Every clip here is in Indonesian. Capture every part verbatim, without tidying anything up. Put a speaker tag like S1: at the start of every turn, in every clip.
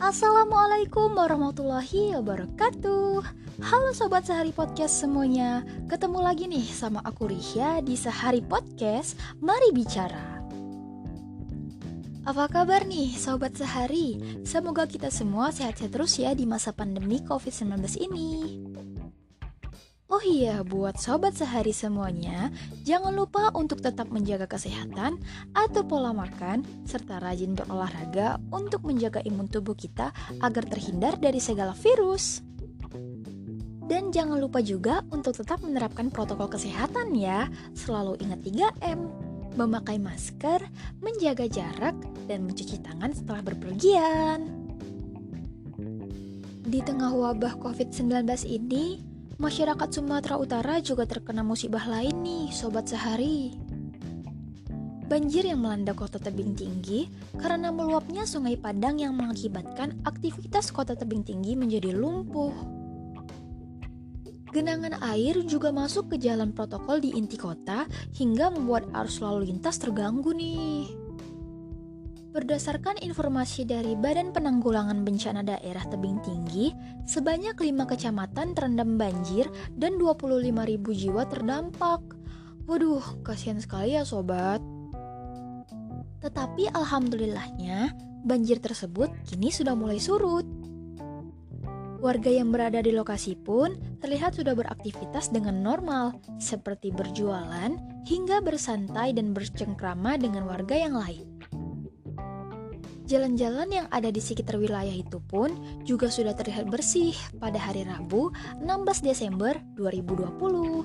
S1: Assalamualaikum warahmatullahi wabarakatuh. Halo Sobat Sehari Podcast semuanya. Ketemu lagi nih sama aku Risya di Sehari Podcast. Mari bicara. Apa kabar nih Sobat Sehari? Semoga kita semua sehat-sehat terus ya di masa pandemi covid sembilan belas ini. Oh iya, buat Sobat Sehari semuanya, jangan lupa untuk tetap menjaga kesehatan, atur pola makan, serta rajin berolahraga untuk menjaga imun tubuh kita agar terhindar dari segala virus. Dan jangan lupa juga untuk tetap menerapkan protokol kesehatan ya. Selalu ingat tiga M, memakai masker, menjaga jarak, dan mencuci tangan setelah berpergian. Di tengah wabah covid sembilan belas ini, masyarakat Sumatera Utara juga terkena musibah lain nih, Sobat Sehari. Banjir yang melanda kota tebing tinggi karena meluapnya Sungai Padang yang mengakibatkan aktivitas kota tebing tinggi menjadi lumpuh. Genangan air juga masuk ke jalan protokol di inti kota hingga membuat arus lalu lintas terganggu nih. Berdasarkan informasi dari Badan Penanggulangan Bencana Daerah Tebing Tinggi, sebanyak lima kecamatan terendam banjir dan dua puluh lima ribu jiwa terdampak. Waduh, kasihan sekali ya sobat. Tetapi alhamdulillahnya, banjir tersebut kini sudah mulai surut. Warga yang berada di lokasi pun terlihat sudah beraktivitas dengan normal, seperti berjualan hingga bersantai dan bercengkrama dengan warga yang lain. Jalan-jalan yang ada di sekitar wilayah itu pun juga sudah terlihat bersih pada hari Rabu enam belas Desember dua ribu dua puluh.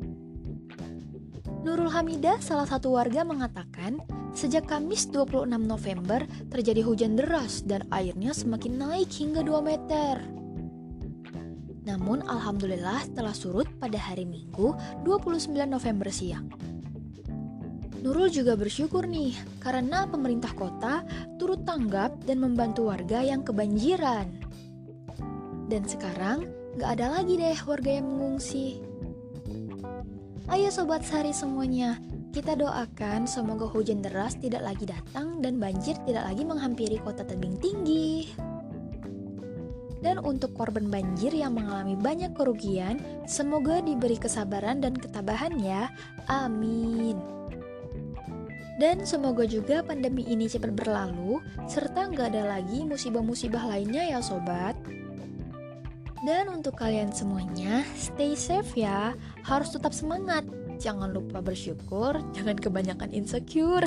S1: Nurul Hamidah, salah satu warga, mengatakan sejak Kamis dua puluh enam November terjadi hujan deras dan airnya semakin naik hingga dua meter. Namun alhamdulillah telah surut pada hari Minggu dua puluh sembilan November siang. Nurul juga bersyukur nih karena pemerintah kota turut tanggap dan membantu warga yang kebanjiran. Dan sekarang gak ada lagi deh warga yang mengungsi. Ayo Sobat Sehari semuanya, kita doakan semoga hujan deras tidak lagi datang dan banjir tidak lagi menghampiri kota tebing tinggi. Dan untuk korban banjir yang mengalami banyak kerugian, semoga diberi kesabaran dan ketabahan ya. Amin. Dan semoga juga pandemi ini cepat berlalu, serta nggak ada lagi musibah-musibah lainnya ya sobat. Dan untuk kalian semuanya, stay safe ya, harus tetap semangat. Jangan lupa bersyukur, jangan kebanyakan insecure.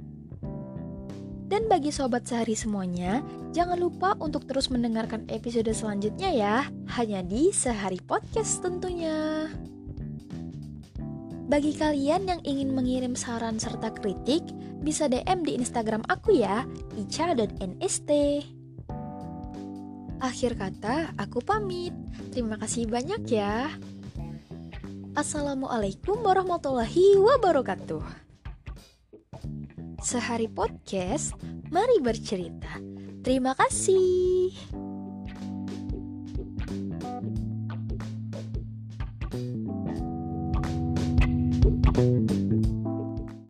S1: Dan bagi Sobat Sehari semuanya, jangan lupa untuk terus mendengarkan episode selanjutnya ya, hanya di Sehari Podcast tentunya. Bagi kalian yang ingin mengirim saran serta kritik, bisa D M di Instagram aku ya, ica dot n s t. Akhir kata, aku pamit. Terima kasih banyak ya. Assalamualaikum warahmatullahi wabarakatuh. Sehari Podcast, mari bercerita. Terima kasih. Thank you.